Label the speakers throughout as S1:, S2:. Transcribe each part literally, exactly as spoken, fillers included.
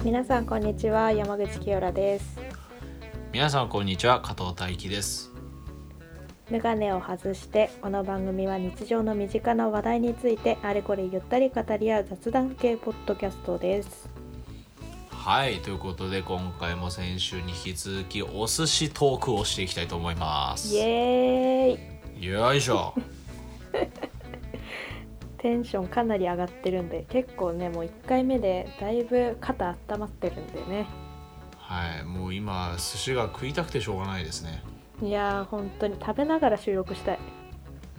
S1: 皆さんこんにちは、山口清良です。
S2: 皆さんこんにちは、加藤大輝です。
S1: メガネを外して、この番組は日常の身近な話題についてあれこれゆったり語り合う雑談系ポッドキャストです。
S2: はい、ということで今回も先週に引き続きお寿司トークをしていきたいと思います。
S1: イエーイ。
S2: よいしょ。
S1: テンションかなり上がってるんで、結構ね、もういっかいめでだいぶ肩温まってるんでね。
S2: はい、もう今寿司が食いたくてしょうがないですね。
S1: いやー本当に食べながら収録したい。
S2: うん、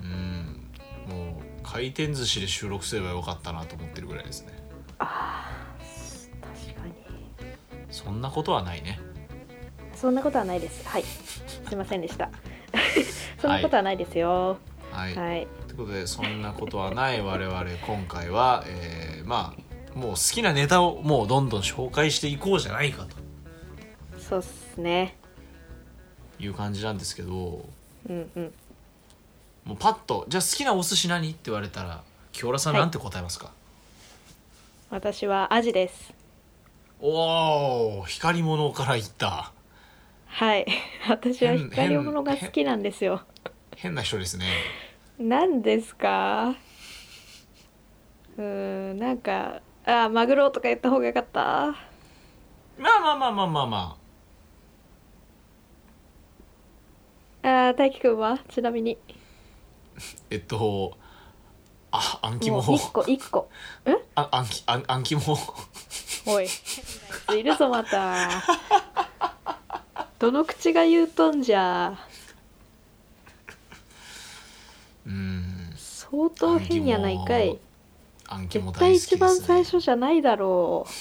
S2: もう回転寿司で収録すればよかったなと思ってるぐらいですね。
S1: あー、確かに
S2: そんなことはないね。
S1: そんなことはないです。はい、すいませんでしたそんなことはないですよ。
S2: はい、
S1: はい、
S2: ということでそんなことはない我々今回は、えー、まあもう好きなネタをもうどんどん紹介していこうじゃないかと
S1: そうっすね。
S2: いう感じなんですけど、
S1: うんうん。
S2: もうパッとじゃあ好きなお寿司何って言われたら清原さん
S1: はい、
S2: なんて答えますか？
S1: 私はアジです。
S2: おー、光り物からいった。
S1: はい私は
S2: 変
S1: 光り物が好きなんですよ。
S2: 変な人ですね。
S1: 何ですか？うーん、なんかあマグロとか言った方がよかった。
S2: まあまあまあまあまあま
S1: あ大輝くんはちなみに。
S2: あえっとああん肝
S1: もう一個一個ん
S2: ああんきあんあん肝
S1: おい変なやついるぞまた。どの口が言うとんじゃ。
S2: うーん
S1: 相当変やないかい。
S2: あん
S1: 絶
S2: 肝大好きですね。
S1: 対一番最初じゃないだろう。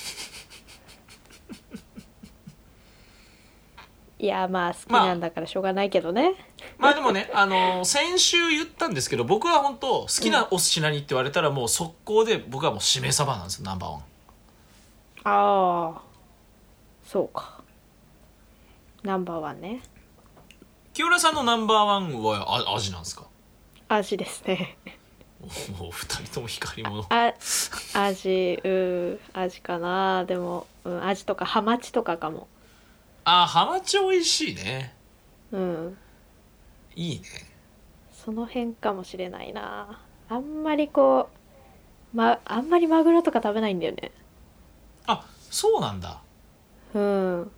S1: いやまあ好きなんだからしょうがないけどね。
S2: まあでもね、あのー先週言ったんですけど、僕は本当好きなお寿司何って言われたらもう速攻で僕はもうしめ鯖なんですよ、ナンバーワン。
S1: ああそうか、ナンバーワンね。
S2: 清原さんのナンバーワンはあ味なんですか？
S1: 味ですね。
S2: もう二人とも光り物。
S1: あ味う味かな。でも、うん、味とかハマチとかかも。
S2: あ、ハマチ美味しいね。
S1: うん
S2: いいね。
S1: その辺かもしれないな。あんまりこうまあんまりマグロとか食べないんだよね。
S2: あ、そうなんだ。
S1: うん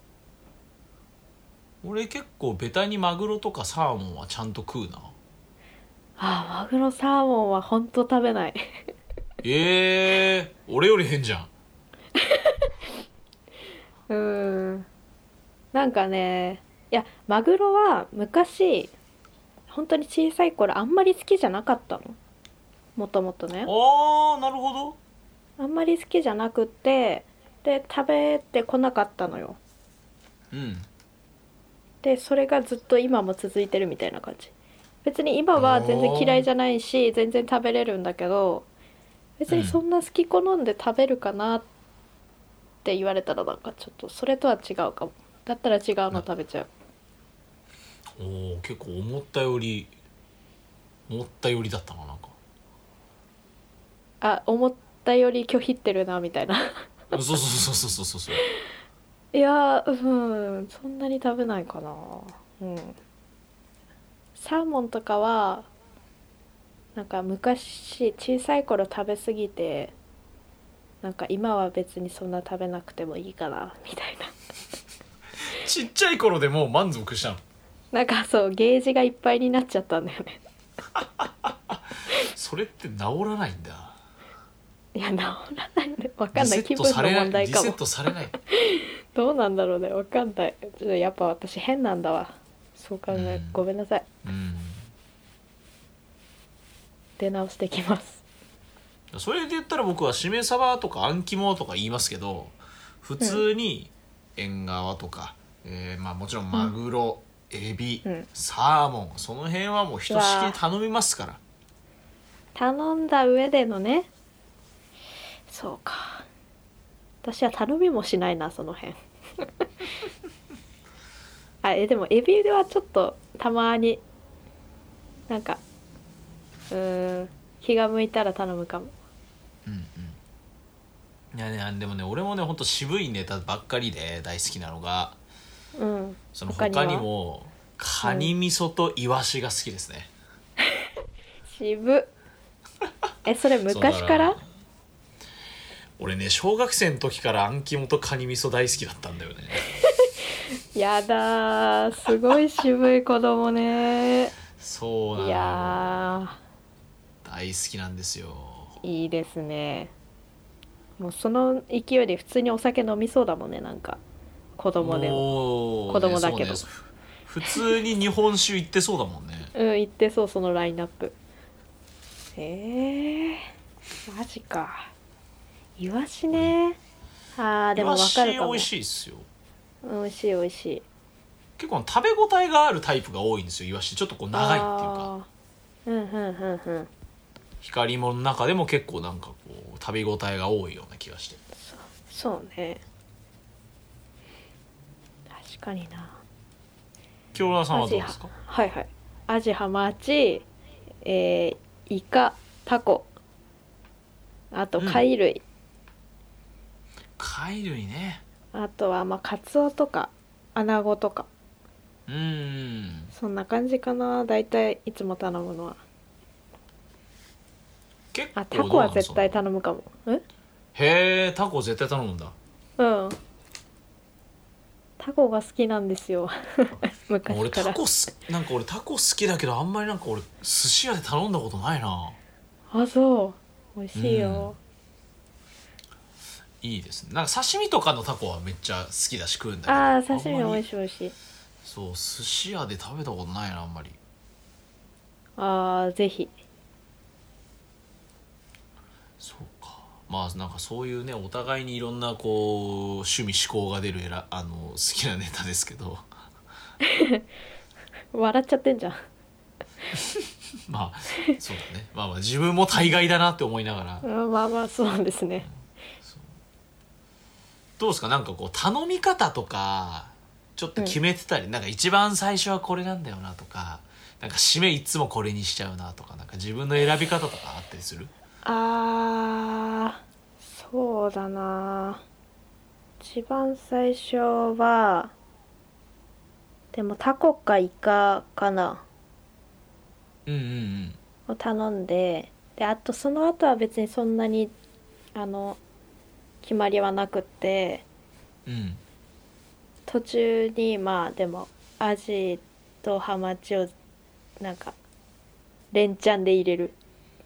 S2: 俺結構ベタにマグロとかサーモンはちゃんと食うな。
S1: あマグロサーモンはほんと食べない。
S2: えー、俺より変じゃん。
S1: うんなんかね、いやマグロは昔本当に小さい頃あんまり好きじゃなかったの。もともとね
S2: あー、なるほど。
S1: あんまり好きじゃなくってで食べてこなかったのよ。
S2: うん。
S1: でそれがずっと今も続いてるみたいな感じ。別に今は全然嫌いじ
S2: おー。
S1: ゃないし全然食べれるんだけど、別にそ
S2: うん。
S1: んな好き好んで食べるかなって言われたらなんかちょっとそれとは違うかも。だったら違うの
S2: な
S1: 食べちゃう。
S2: おー、結構思ったより思ったよりだったな、なんか。
S1: あ思ったより拒否ってるなみたいな。
S2: そうそうそうそうそうそうそう。
S1: いやうんそんなに食べないかな。うんサーモンとかはなんか昔小さい頃食べ過ぎてなんか今は別にそんな食べなくてもいいかなみたいな。
S2: ちっちゃい頃でもう満足したの？
S1: なんかそうゲージがいっぱいになっちゃったんだよね。
S2: それって治らないんだ。
S1: いや治らないね。わか
S2: リセ
S1: んない、気分の
S2: ットされないリセッ
S1: 問題かも。
S2: トされない。
S1: どうなんだろうね、わかんない。ちょっとやっぱ私変なんだわ。そう考え、
S2: うん
S1: ごめんなさい。
S2: うん
S1: 出直してきます。
S2: それで言ったら僕はしめ鯖とかあん肝とか言いますけど、普通に縁側とか、えーまあもちろんマグロ、エビ、
S1: うん
S2: サーモン、その辺はもうひとしきり頼みますから。
S1: 頼んだ上でのね。そうか、私は頼みもしないなその辺。あえでもエビはちょっとたまになんかうーん気が向いたら頼むかも。
S2: うんうん。 いやね、でもね俺もねほんと渋いネタばっかりで大好きなのが、
S1: うん。
S2: その
S1: 他には？
S2: 他にもカニ味噌とイワシが好きですね。
S1: 渋っ。え、それ
S2: そうだから
S1: 昔から？
S2: 俺ね小学生の時からあん肝とカニ味噌大好きだったんだよね。
S1: やだー、すごい渋い子供ね。い
S2: そうなのよ、
S1: や
S2: 大好きなんですよ。
S1: ー、いいですね。もうその勢いで普通にお酒飲みそうだもんね、なんか。子供でも。子
S2: もうねそうね、
S1: 供だけど。
S2: 普通に日本酒行ってそうだもんね。
S1: うん、言ってそう、そのラインナップ。えー、マジか。イワシ
S2: 俺
S1: ね。あー、
S2: イワ
S1: でもわかる
S2: シ美味
S1: かも。
S2: しいっすよ。
S1: 美味しい美味しい。
S2: 結構食べ応えがあるタイプが多いんですよイワシ。ちょっとこう長いっていうか、
S1: あー、うんうんうんうん。
S2: 光り物の中でも結構なんかこう食べ応えが多いような気がして。
S1: そうね。確かにな。
S2: 京田さん
S1: アジは、
S2: はどうですか？
S1: はいはい。アジ、ハマチ、えー、イカ、タコ、あと
S2: うん、
S1: 貝類。
S2: 貝類ね。
S1: あとはまあカツオとかアナゴとか、
S2: うーん、
S1: そんな感じかな、大体いつも頼むのは。
S2: 結
S1: あ、タ
S2: 構どう
S1: コは絶対
S2: なのその。
S1: 頼むかも。ん。
S2: へえ、タコ絶対頼むんだ。
S1: うん。タコが好きなんですよ。
S2: 俺
S1: 昔から。
S2: タコすなんか俺タコ好きだけどあんまりなんか俺寿司屋で頼んだことないな。
S1: あ、そう美味
S2: う
S1: しい
S2: ん、
S1: よ。
S2: いいですね。なんか刺身とかのタコはめっちゃ好きだし食うんだけど、
S1: あー、刺身美
S2: あんまり
S1: 味しい美味しい。
S2: そう寿司屋で食べたことないなあんまり。
S1: あー、ぜひ。
S2: そうか。まあなんかそういうねお互いにいろんなこう趣味嗜好が出るえらあの好きなネタですけど
S1: 笑っちゃってんじゃん。
S2: まあそうだね、まあまあ自分も大概だなって思いながら。
S1: うん、まあまあそうですね。
S2: どうですか、なんかこう頼み方とかちょっと
S1: うん。
S2: 決めてたり、なんか一番最初はこれなんだよなとか、なんか締めいつもこれにしちゃうなとか、なんか自分の選び方とかあったりする？
S1: あー、そうだな。一番最初は、でもタコかイカかな
S2: うんうん
S1: を頼んで、で、あとその後は別にそんなに、あの、決まりはなくって、
S2: うんうん。
S1: 途中に、まあでも、アジとハマチを、なんか、連チャンで入れる、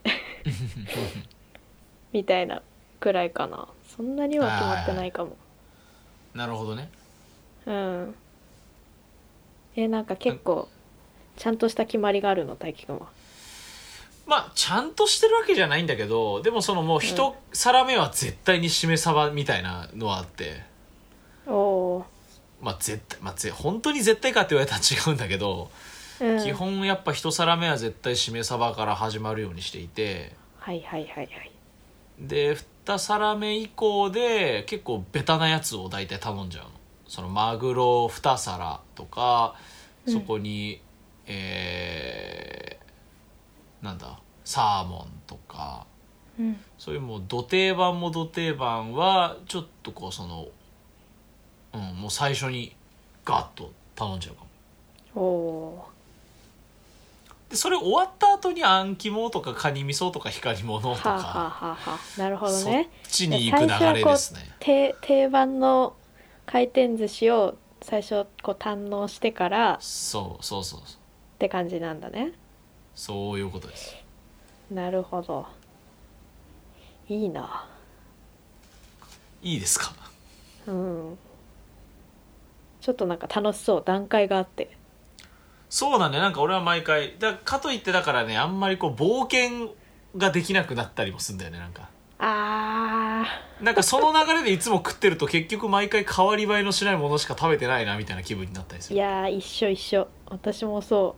S1: みたいなくらいかな。そんなには決まっ
S2: はいはいはい、
S1: てないかも。
S2: なるほどね。
S1: うん。え、なんか
S2: なん
S1: 結構、ちゃんとした決まりがあるの、大輝くんは？
S2: まあちゃんとしてるわけじゃないんだけど、でもそのもう
S1: うん。
S2: 一皿目は絶対にしめ鯖みたいなのはあって、
S1: おー。
S2: まあ絶対、まあぜ本当に絶対かって言われたら違うんだけど、基
S1: うん。
S2: 本やっぱ一皿目は絶対しめ鯖から始まるようにしていて、
S1: はいはいはいはい。
S2: でに皿目以降で結構ベタなやつを大体頼んじゃうの。そのマグロに皿とか、そ
S1: うん。
S2: こにえー、なんだサーモンとか、
S1: うん。
S2: そういうもうど定番もど定番はちょっとこうその、うん、もう最初にガッと頼んじゃうかも。
S1: おー。
S2: でそれ終わった後にあん肝とかカニ味噌とか光り物と
S1: はあはあ
S2: か、
S1: はあはあ。なるほど
S2: そっ
S1: ね。で、
S2: ちに行く流
S1: 最初はこう、
S2: れですね。
S1: 定、定番の回転寿司を最初こう堪能してからっ
S2: そうそうそうそう、
S1: て感じなんだね。
S2: そういうことです。
S1: なるほど。いいな。
S2: いいですか？
S1: うん。ちょっとなんか楽しそう。段階があって。
S2: そうだね、なんか俺は毎回だかといってだからねあんまりこう冒険ができなくなったりもするんだよね。なんか
S1: あ
S2: なんかその流れでいつも食ってると結局毎回変わり映えのしないものしか食べてないなみたいな気分になったりす
S1: ー。い
S2: る。
S1: やー、一緒一緒。私もそう。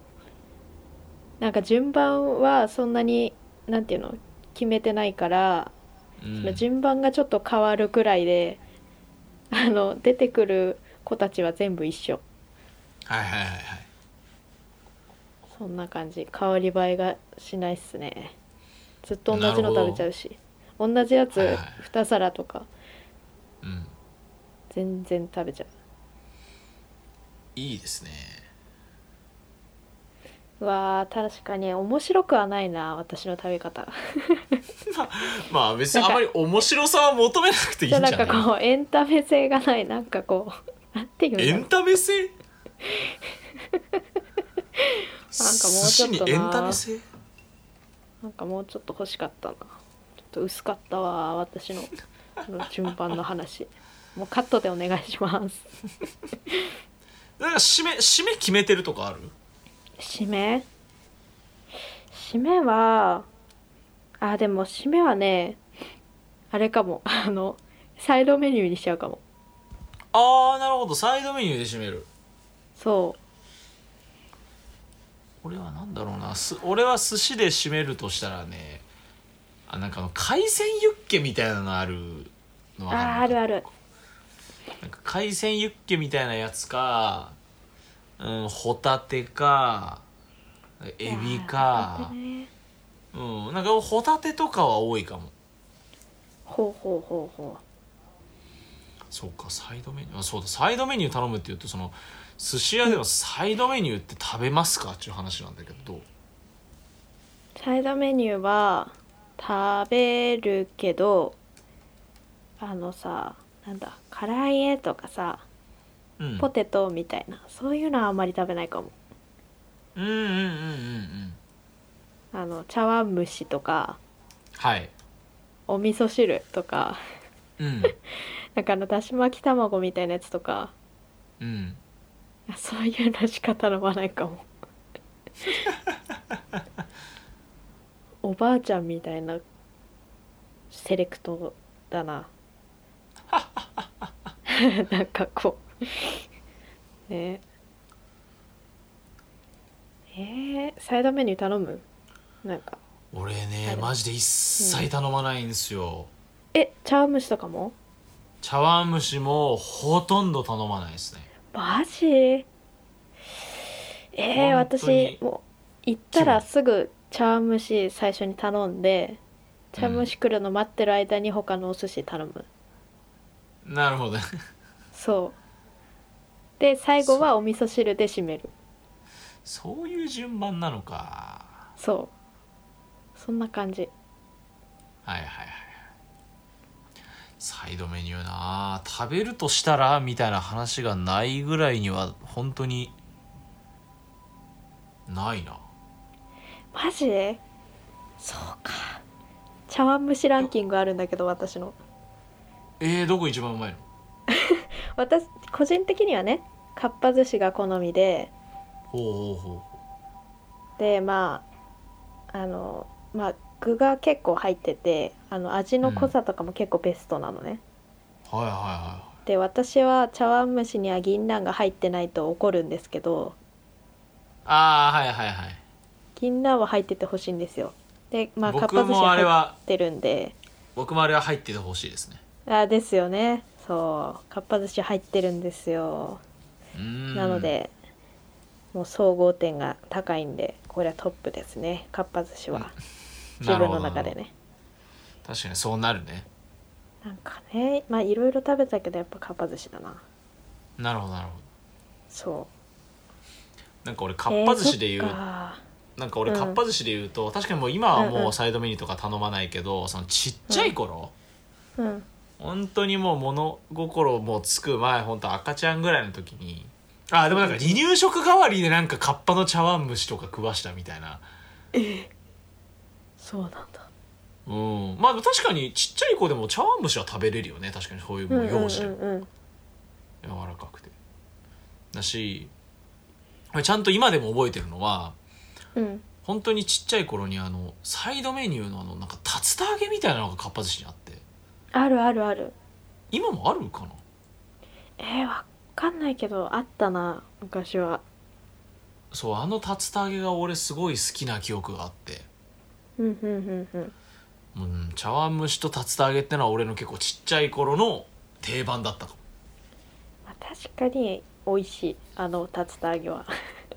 S1: なんか順番はそんなに、なんていうの、決めてないから、その
S2: うん、
S1: 順番がちょっと変わるくらいで、あの、出てくる子たちは全部一緒。
S2: はいはいはいはい、
S1: そんな感じ。変わり映えがしないっすね。ずっと同じの食べち
S2: なるほど。
S1: ゃうし。同じやつ
S2: はいはい、
S1: に皿とか全然食べちゃ
S2: いいですね。
S1: う。うわー、確かに面白くはないな、私の食べ方。
S2: まあ別にあまり面白さは求めなくていいんじゃない？
S1: なんかこうエンタメ性がない、なんかこうなんていうんだろう、
S2: エンタメ性？
S1: なんかもうちょっとな、
S2: 寿司にエンタメ性？
S1: なんかもうちょっと欲しかったな。ちょっと薄かったわ、私のの順番の話。もうカットでお願いします。
S2: なんか締め締め決めてるとかある？
S1: 締め締めは、あ、でも締めはね、あれかも。あの、サイドメニューにしちゃうかも。
S2: ああ、なるほど。サイドメニューで締める。
S1: そ
S2: 俺はなんだろうな、す俺は寿司で締めるとしたらね、あ、なんかあの海鮮ユッケみたいなのあるの
S1: う。
S2: わかる？
S1: あー、あるある。
S2: なんか海鮮ユッケみたいなやつか、うん、ホタテかエビか、
S1: いやー、ね、
S2: うん、なんかホタテとかは多いかも。
S1: ほうほうほうほ
S2: そうか、サイドメニュー、あ、そうだ、サイドメニュー頼むって言うと、その寿司屋でのサイドメニューって食べますかっていう話なんだけど、どう？
S1: う。サイドメニューは食べるけど、あのさ、なんだ、唐揚げとかさ、
S2: うん、
S1: ポテトみたいな、そういうのはあんまり食べないかも。
S2: うんうんうんうんうん、
S1: あの茶碗蒸しとか
S2: はい、
S1: お味噌汁とか、
S2: うん、
S1: なんかあのだし巻き卵みたいなやつとか、
S2: うん、
S1: そういうのしか頼まないかも。おばあちゃんみたいなセレクトだな。なんかこうねえー、サイドメニュー頼む？なんか
S2: 俺
S1: あ
S2: ね
S1: れ、
S2: マジで一切頼まないんですよ、
S1: え、茶碗蒸しとかも？
S2: 茶碗蒸しもほとんど頼まないですね。
S1: マジ？えー、
S2: 本当に
S1: 私もう行った
S2: 気分。
S1: らすぐ茶碗蒸し最初に頼んで、茶碗蒸し来るの待ってる間に他のお寿司頼む。
S2: うん、なるほど。
S1: そうで、最後
S2: そ
S1: はお味噌汁で締める。
S2: そういう順番なのか。
S1: そうそんな感じ。
S2: はいはいはい。サイドメニューな、食べるとしたらみたいな話がないぐらいには本当にないな。
S1: マジで？そうか。茶碗蒸しランキングあるんだけど、私の。
S2: えー、どこ一番うまいの？
S1: 私個人的にはね、かっぱ寿司が好みで、
S2: ほうほうほ
S1: でまああのまあ具が結構入ってて、あの味
S2: う。うん。
S1: の濃さとかも結構ベストなのね。
S2: はいはいは
S1: で、私は茶碗蒸しには銀杏が入ってないと怒るんですけど、
S2: い。ああ、はいはいはい。
S1: 銀杏は入っててほしいんですよ。でまあかっぱ
S2: 僕
S1: 寿司入っ
S2: もあれは、
S1: てるんで。
S2: 僕もあれは入っててほしいですね。
S1: あ、ですよね。そうかっぱ寿司入ってるんですよ。
S2: うーん。
S1: なのでもう総合点が高いんで、これはトップですね、かっぱ寿司は。自
S2: なる
S1: 分
S2: ほどなるほど。
S1: の中でね。
S2: 確かにそうなるね。
S1: なんかね、まあいろいろ食べたけどやっぱかっぱ寿司だな。
S2: なるほどなるほど。
S1: そ
S2: なんか俺か
S1: う。
S2: っ
S1: えー、そっ
S2: ぱ寿司で言う、
S1: か。
S2: なんか俺
S1: うん。
S2: かっぱ寿司で言うと、確かにもう今は
S1: うんうん
S2: もうサイドメニューとか頼まないけど、そのちっちゃい頃、
S1: うん。
S2: 本当にもう物心もつく前、本当赤ちゃんぐらいの時に、あ、でもなんか離乳食代わりでなんかカッパの茶碗蒸しとか食わしたみたいな。
S1: そうなんだ。
S2: うん、まあ確かにちっちゃい子でも茶碗蒸しは食べれるよね。確かにそういうもう
S1: うんうん
S2: 幼児でも
S1: うん
S2: 柔らかくてだし、ちゃんと今でも覚えてるのは、
S1: うんうん。
S2: 本当にちっちゃい頃にあのサイドメニューのあのなんか竜田揚げみたいなのがかっぱ寿司にあって、
S1: あるあるある。
S2: 今もあるかな。
S1: えー、わかんないけどあったな昔は。
S2: そう、あの竜田揚げが俺すごい好きな記憶があって、
S1: うんうんうんうん。
S2: うん、茶碗蒸しと竜田揚げってのは俺の結構ちっちゃい頃の定番だったかも。
S1: まあ、確かに美味しい、あの竜田揚げは。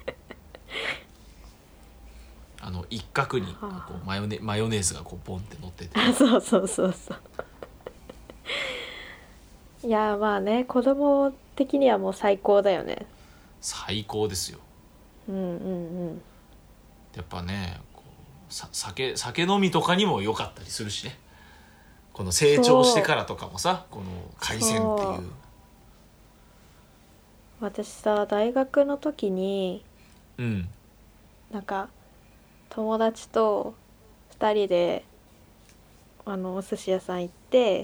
S2: あの一角にこ
S1: は
S2: うマヨネマヨネーズがこうボンって乗ってて、
S1: あ、そうそうそうそう。 いやまあね、子供的にはもう最高だよね。
S2: 最高ですよ。
S1: うんうんうん。
S2: やっぱねこうさ酒酒飲みとかにも良かったりするしね。この成長して
S1: そ
S2: からとかもさ、この
S1: う
S2: 海鮮ってい
S1: そう。
S2: う。
S1: 私さ、大学の時に
S2: うん
S1: なんか友達とふたりであのお寿司屋さん行って、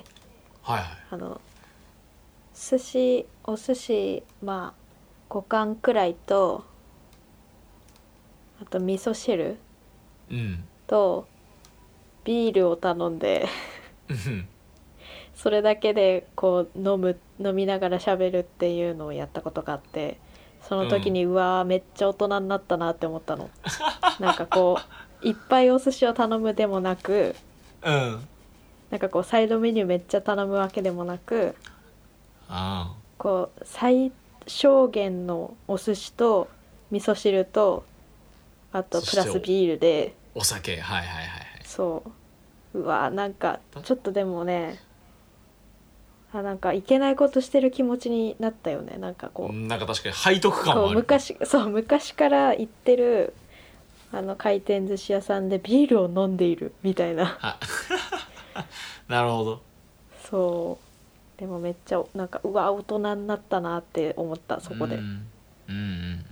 S2: はいはい。
S1: あの寿司お寿司まあご貫くらいと、あと味噌汁
S2: うん
S1: とビールを頼んで、
S2: うん
S1: それだけでこう飲む飲みながら喋るっていうのをやったことがあって、その時
S2: うん
S1: にうわーめっちゃ大人になったなって思ったの。なんかこういっぱいお寿司を頼むでもなく、
S2: うん
S1: なんかこうサイドメニューめっちゃ頼むわけでもなく、
S2: あ
S1: こう最小限のお寿司と味噌汁と、あと
S2: そしてお
S1: プラスビールで、
S2: お酒、はいはいはいはい。
S1: そううわーなんかちょっとでもね、あなんかいけないことしてる気持ちになったよね。なんかこ
S2: うんなんか確かに背徳
S1: うこう
S2: 感もある。
S1: 昔そう昔から行ってるあの回転寿司屋さんでビールを飲んでいるみたいな。
S2: はなるほど。
S1: そうでもめっちゃなんかうわ大人になったなって思った、そこで。
S2: うんうんうん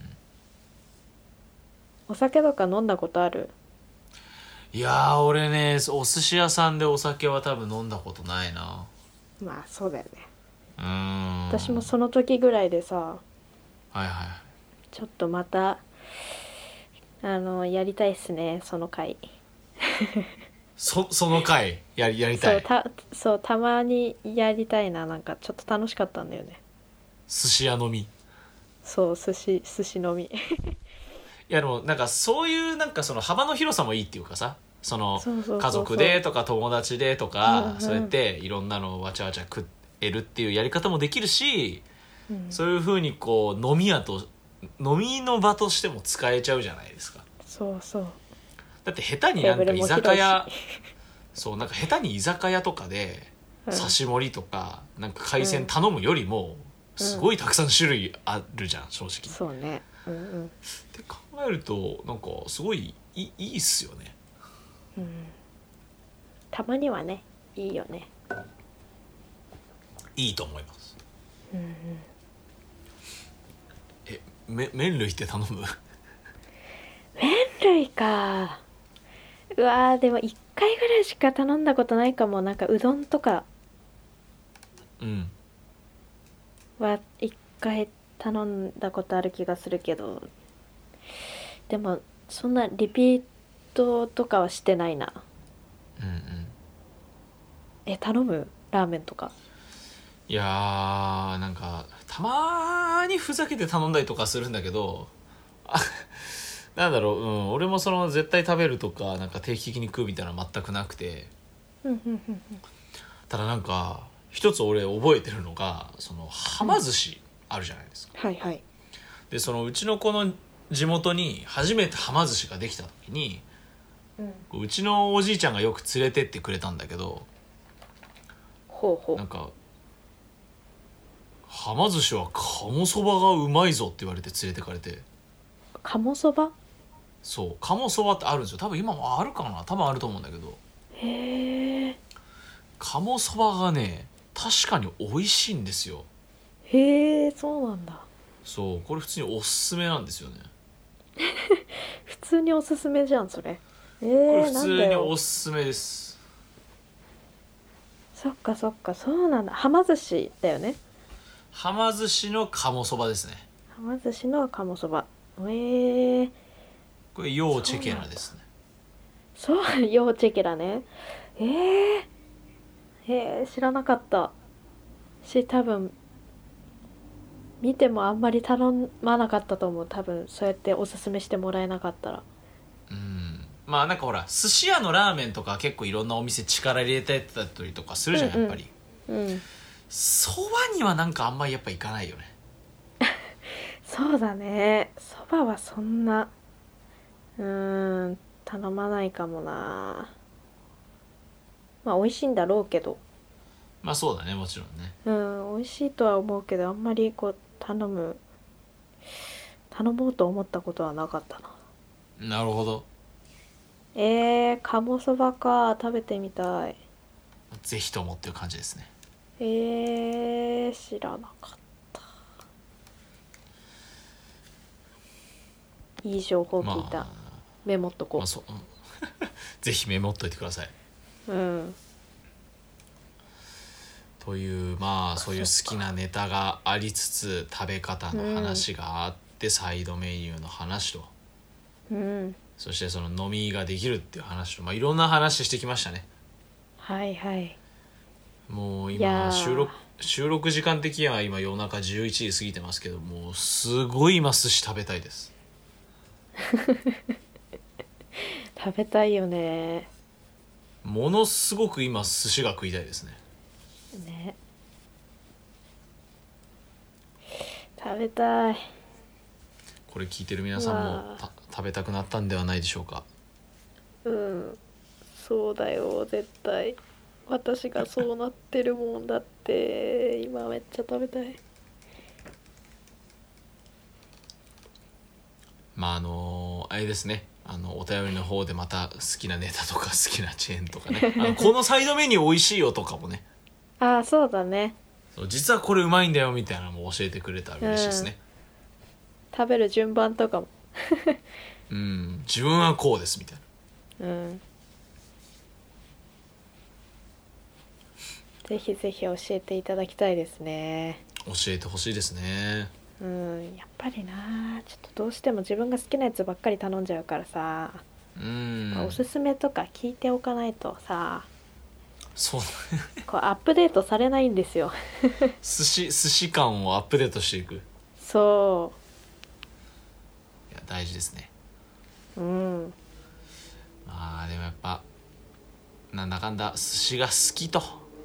S1: お酒とか飲んだことある？
S2: いやー俺ねお寿司屋さんでお酒は多分飲んだことないな。
S1: まあそうだよね。
S2: うーん
S1: 私もその時ぐらいでさ、
S2: はいはい。
S1: ちょっとまたあのやりたいっすね、その回。
S2: そその回やりやりたい。
S1: そうたそうたまにやりたいな。なんかちょっと楽しかったんだよね。
S2: 寿司屋飲み。い
S1: そう寿司寿司飲み。
S2: やでもなんかそういうなんかその幅の広さもいいっていうかさ、その
S1: そうそう
S2: 家
S1: そうそう。
S2: 族でとか友達でとか、
S1: うんうん
S2: そうやっていろんなのをわちゃわちゃ食えるっていうやり方もできるし、
S1: うん
S2: そういうふうにこう飲み屋と飲みの場としても使えちゃうじゃないですか。
S1: そうそう。
S2: だって下手に
S1: テーブル
S2: なんか居
S1: も広いし。
S2: 酒屋、そうなんか下手に居酒屋とかで
S1: うん
S2: 刺し盛りとかなんか海鮮頼むよりもすごいたくさん種類あるじゃん正直。っ
S1: そうね。うんうん
S2: て考えるとなんかすごいいいいいっすよね。
S1: うん。たまにはね、いいよね。
S2: いいと思います。
S1: うんうん。
S2: えめ麺類って頼む？
S1: 麺類か。うわーでも一回ぐらいしか頼んだことないかも。なんかうどんとか
S2: うん
S1: は一回頼んだことある気がするけど、でもそんなリピートとかはしてないな。
S2: うんうん。
S1: え頼むラーメンとか？
S2: いやーなんかたまーにふざけて頼んだりとかするんだけど、あなんだろう、うん、俺もその絶対食べるとかなんか定期的に食うみたいなのは全くなくて、
S1: うんうんうんうん。
S2: ただなんか一つ俺覚えてるのがそのはま寿司あるじゃないですか。
S1: はいはい。
S2: でそのうちのこの地元に初めてはま寿司ができた時に、
S1: うん。
S2: うちのおじいちゃんがよく連れてってくれたんだけど、
S1: ほうほう。
S2: なんかはま寿司は鴨そばがうまいぞって言われて連れてかれて。
S1: 鴨そば？
S2: そう鴨そばってあるんですよ。多分今もあるかな、多分あると思うんだけど、
S1: へえ。
S2: 鴨そばがね確かに美味しいんですよ。
S1: へえ、そうなんだ。
S2: そうこれ普通におすすめなんですよね。
S1: 普通におすすめじゃんそれ。えー、
S2: これ普
S1: なんだよ。
S2: 通におすすめです。
S1: そっかそっか、そうなんだ。はま寿司だよね。
S2: はま寿司の鴨そばですね。
S1: はま寿司の鴨そば。えー、
S2: これ要チェケラですね。
S1: そう要チェケラね。えー、えー、知らなかったし、多分見てもあんまり頼まなかったと思う。多分そうやっておすすめしてもらえなかったら。
S2: うんまあなんかほら寿司屋のラーメンとか結構いろんなお店力入れてたりとかするじゃん、
S1: うんうん
S2: やっぱり。
S1: うん
S2: そばにはなんかあんまりやっぱ行かないよね。
S1: そうだね。そばはそんなうーん頼まないかもな。まあ美味しいんだろうけど。
S2: まあそうだねもちろんね。
S1: うん美美味しいとは思うけど、あんまりこう頼む頼もうと思ったことはなかったな。
S2: なるほど。
S1: えー、鴨そばか、食べてみたい。
S2: ぜひともっていう感じですね。
S1: えー、知らなかった。いい情報聞いた。
S2: まあ、
S1: メモっとこ
S2: まあ、そぜひメモっといてください。
S1: う。うん。
S2: というまあそういう好きなネタがありつつ食べ方の話があって、うん、サイドメニューの話と、
S1: うん、
S2: そしてその飲みができるっていう話と、まあ、いろんな話してきましたね。
S1: はいはい。
S2: もう今収録収録時間的には今夜中じゅういちじ過ぎてますけど、もうすごい今寿司食べたいです。
S1: 食べたいよね。
S2: ものすごく今寿司が食いたいですね。
S1: ね、食べたい。
S2: これ聞いてる皆さんも食べたくなったんではないでしょうか。
S1: うん、そうだよ、絶対。私がそうなってるもんだって。今めっちゃ食べたい。
S2: まああのあれですね、あのお便りの方でまた好きなネタとか好きなチェーンとかねあのこのサイドメニュー美味しいよとかもね、
S1: ああそうだね、
S2: そう実はこれうまいんだよみたいなのも教えてくれたら嬉しいですね、
S1: うん、食べる順番とかも
S2: うん自分はこうですみたい
S1: な、うん、ぜひぜひ教えていただきたいですね。
S2: 教えてほしいですね。
S1: うん、やっぱりな、ちょっとどうしても自分が好きなやつばっかり頼んじゃうからさ、
S2: うん、
S1: おすすめとか聞いておかないとさ、
S2: そう
S1: こうアップデートされないんですよ
S2: 寿司寿司感をアップデートしていく。
S1: そ
S2: いや大事ですね。
S1: う、うん、
S2: まあでもやっぱなんだかんだ寿司が好きと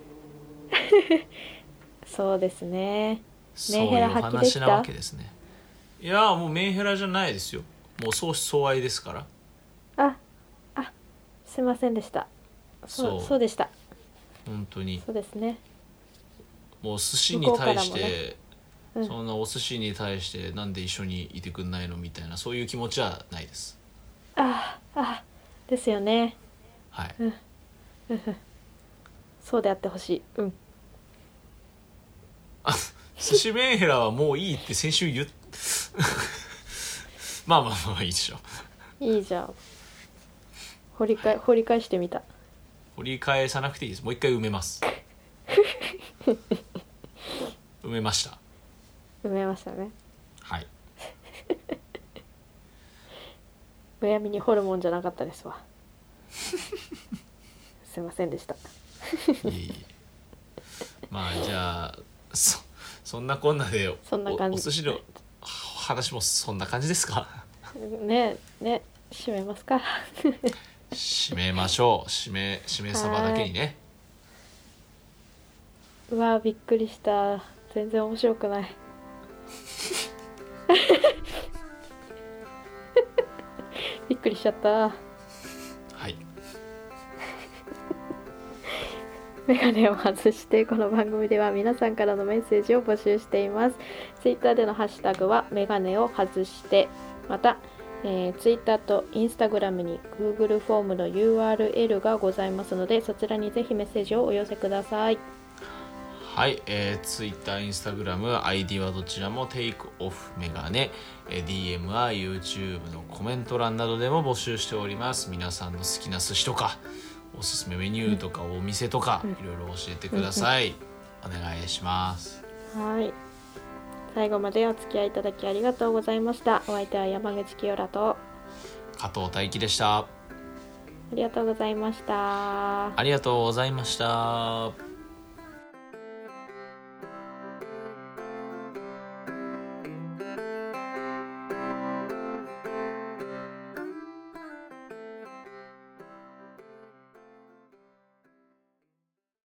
S1: そうですね。
S2: そういうお話なわけですね。いやもうメンヘラじゃないですよ。もう相思相愛ですから。
S1: ああ、すいませんでした。そうそうでした。
S2: 本当に
S1: そうですね。
S2: もう寿司に対して、ね、
S1: うん、
S2: そんなお寿司に対してなんで一緒にいてくんないのみたいなそういう気持ちはないです。
S1: ああですよね。
S2: はい、
S1: うんうん、そうであってほしい。うん。
S2: あ寿司メンヘラはもういいって先週言っまあまあまあいいでしょ。
S1: いいじゃん。掘り返、掘り返してみた。
S2: 掘り返さなくていいです。もう一回埋めます埋めました。
S1: 埋めましたね。
S2: はい。
S1: むやみに掘るもんじゃなかったですわすいませんでした
S2: いえいえ。まあじゃあそそんなこんなで
S1: そんな感じ。
S2: お, お寿司の話もそんな感じですか
S1: ねえね、締めますか
S2: 締めましょう。締め締めそばだけにね。
S1: うわびっくりした、全然面白くないびっくりしちゃった。
S2: はい。
S1: メガネを外して、この番組では皆さんからのメッセージを募集しています。ツイッターでのハッシュタグはメガネを外して、また、えー、ツイッターとインスタグラムに Google フォームの ユーアールエル がございますので、そちらにぜひメッセージをお寄せください。
S2: はい、えー、Twitter、Instagram、アイディー はどちらもテイクオフメガネ、えー、ディーエム は YouTube のコメント欄などでも募集しております。皆さんの好きな寿司とかおすすめメニューとかお店とか、うん、いろいろ教えてください、うんうん、お願いします。
S1: はい、最後までお付き合いいただきありがとうございました。お相手は山口清良と
S2: 加藤大輝でした。
S1: ありがとうございました。
S2: ありがとうございました。